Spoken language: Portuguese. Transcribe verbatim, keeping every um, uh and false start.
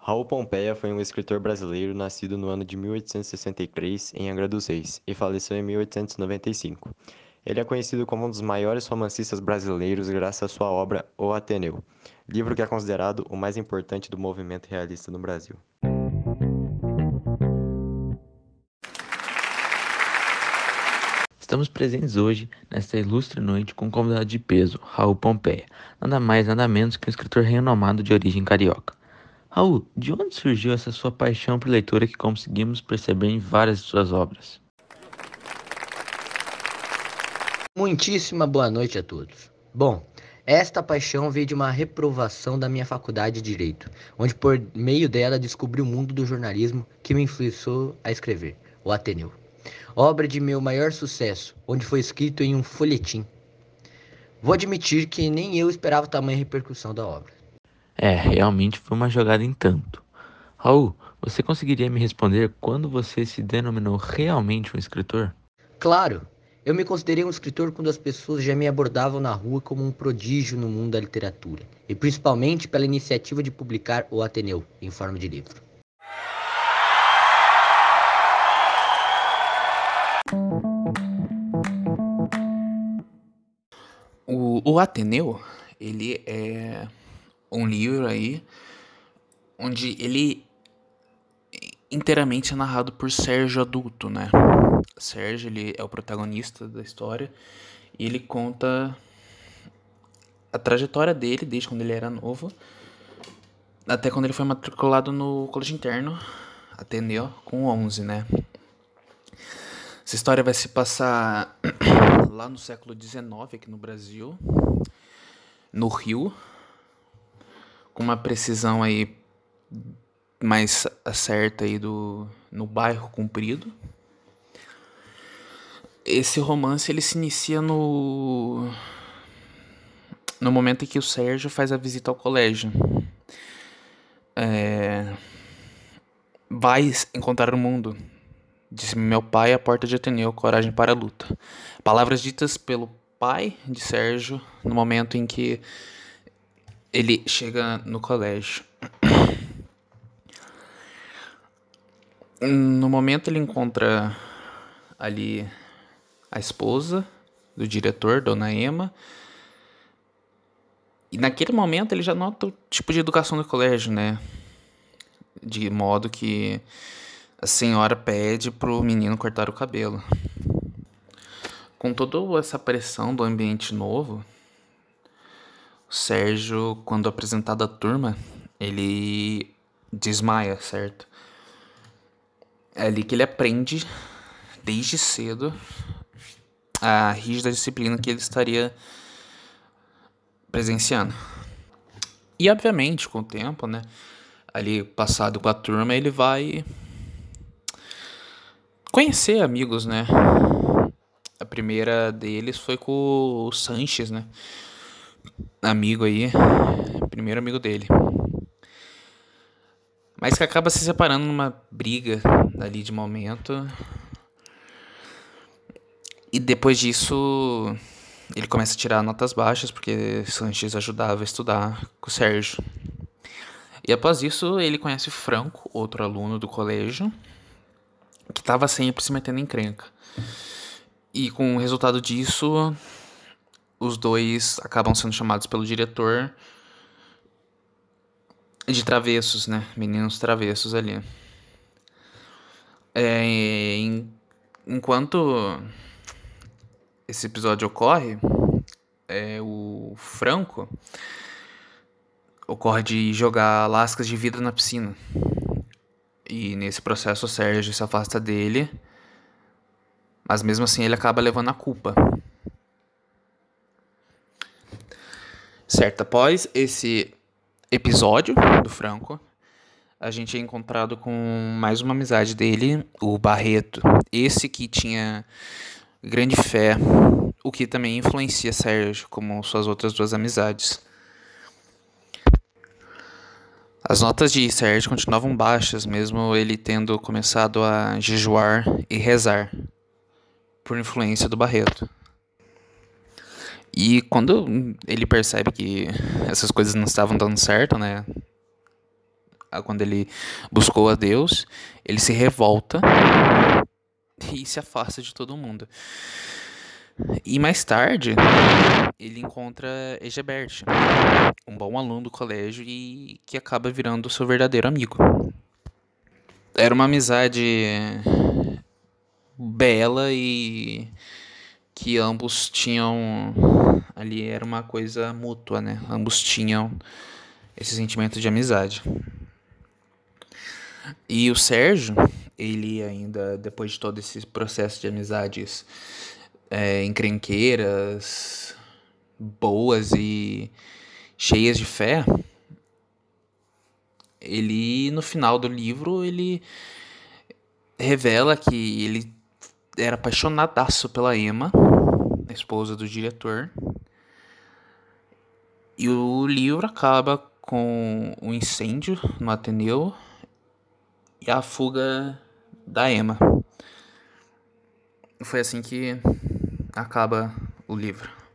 Raul Pompeia foi um escritor brasileiro nascido no ano de mil oitocentos e sessenta e três em Angra dos Reis e faleceu em mil oitocentos e noventa e cinco. Ele é conhecido como um dos maiores romancistas brasileiros graças à sua obra O Ateneu, livro que é considerado o mais importante do movimento realista no Brasil. Estamos presentes hoje, nesta ilustre noite, com um convidado de peso, Raul Pompeia, nada mais nada menos que um escritor renomado de origem carioca. Raul, de onde surgiu essa sua paixão por leitura que conseguimos perceber em várias de suas obras? Muitíssima boa noite a todos. Bom, esta paixão veio de uma reprovação da minha faculdade de Direito, onde por meio dela descobri o mundo do jornalismo que me influenciou a escrever, O Ateneu. Obra de meu maior sucesso, onde foi escrito em um folhetim. Vou admitir que nem eu esperava tamanha repercussão da obra. É, realmente foi uma jogada em tanto. Raul, você conseguiria me responder quando você se denominou realmente um escritor? Claro, eu me considerei um escritor quando as pessoas já me abordavam na rua como um prodígio no mundo da literatura, e principalmente pela iniciativa de publicar O Ateneu em forma de livro. O, o Ateneu, ele é um livro aí onde ele inteiramente é narrado por Sérgio adulto, né? Sérgio, ele é o protagonista da história e ele conta a trajetória dele desde quando ele era novo até quando ele foi matriculado no colégio interno Ateneu com onze, né? Essa história vai se passar lá no século dezenove aqui no Brasil, no Rio, com uma precisão aí mais certa aí do, no bairro Comprido. Esse romance ele se inicia no no momento em que o Sérgio faz a visita ao colégio. É, vai encontrar o mundo. Disse meu pai, a porta de Ateneu, coragem para a luta. Palavras ditas pelo pai de Sérgio no momento em que ele chega no colégio. No momento ele encontra ali a esposa do diretor, Dona Ema. E naquele momento ele já nota o tipo de educação do colégio, né? De modo que a senhora pede pro menino cortar o cabelo. Com toda essa pressão do ambiente novo, o Sérgio, quando apresentado à turma, ele desmaia, certo? É ali que ele aprende, desde cedo, a rígida disciplina que ele estaria presenciando. E, obviamente, com o tempo, né, ali passado com a turma, ele vai conhecer amigos, né? A primeira deles foi com o Sanches, né? Amigo aí, primeiro amigo dele. Mas que acaba se separando numa briga ali de momento. E depois disso, ele começa a tirar notas baixas, porque Sanches ajudava a estudar com o Sérgio. E após isso, ele conhece Franco, outro aluno do colégio, que estava sempre se metendo em encrenca. E com o resultado disso, os dois acabam sendo chamados pelo diretor de travessos, né? Meninos travessos ali. É, em, enquanto esse episódio ocorre, é, o Franco ocorre de jogar lascas de vidro na piscina. E nesse processo o Sérgio se afasta dele, mas mesmo assim ele acaba levando a culpa. Certo, após esse episódio do Franco, a gente é encontrado com mais uma amizade dele, o Barreto. Esse que tinha grande fé, o que também influencia Sérgio, como suas outras duas amizades. As notas de Sérgio continuavam baixas, mesmo ele tendo começado a jejuar e rezar, por influência do Barreto. E quando ele percebe que essas coisas não estavam dando certo, né? quando ele buscou a Deus, ele se revolta e se afasta de todo mundo. E mais tarde, ele encontra Egebert, um bom aluno do colégio e que acaba virando seu verdadeiro amigo. Era uma amizade bela e que ambos tinham ali, era uma coisa mútua, né? Ambos tinham esse sentimento de amizade. E o Sérgio, ele ainda, depois de todo esse processo de amizades é, encrenqueiras, boas e cheias de fé, ele, no final do livro, ele revela que ele era apaixonadaço pela Emma, a esposa do diretor. E o livro acaba com um incêndio no Ateneu e a fuga da Emma. Foi assim que acaba o livro.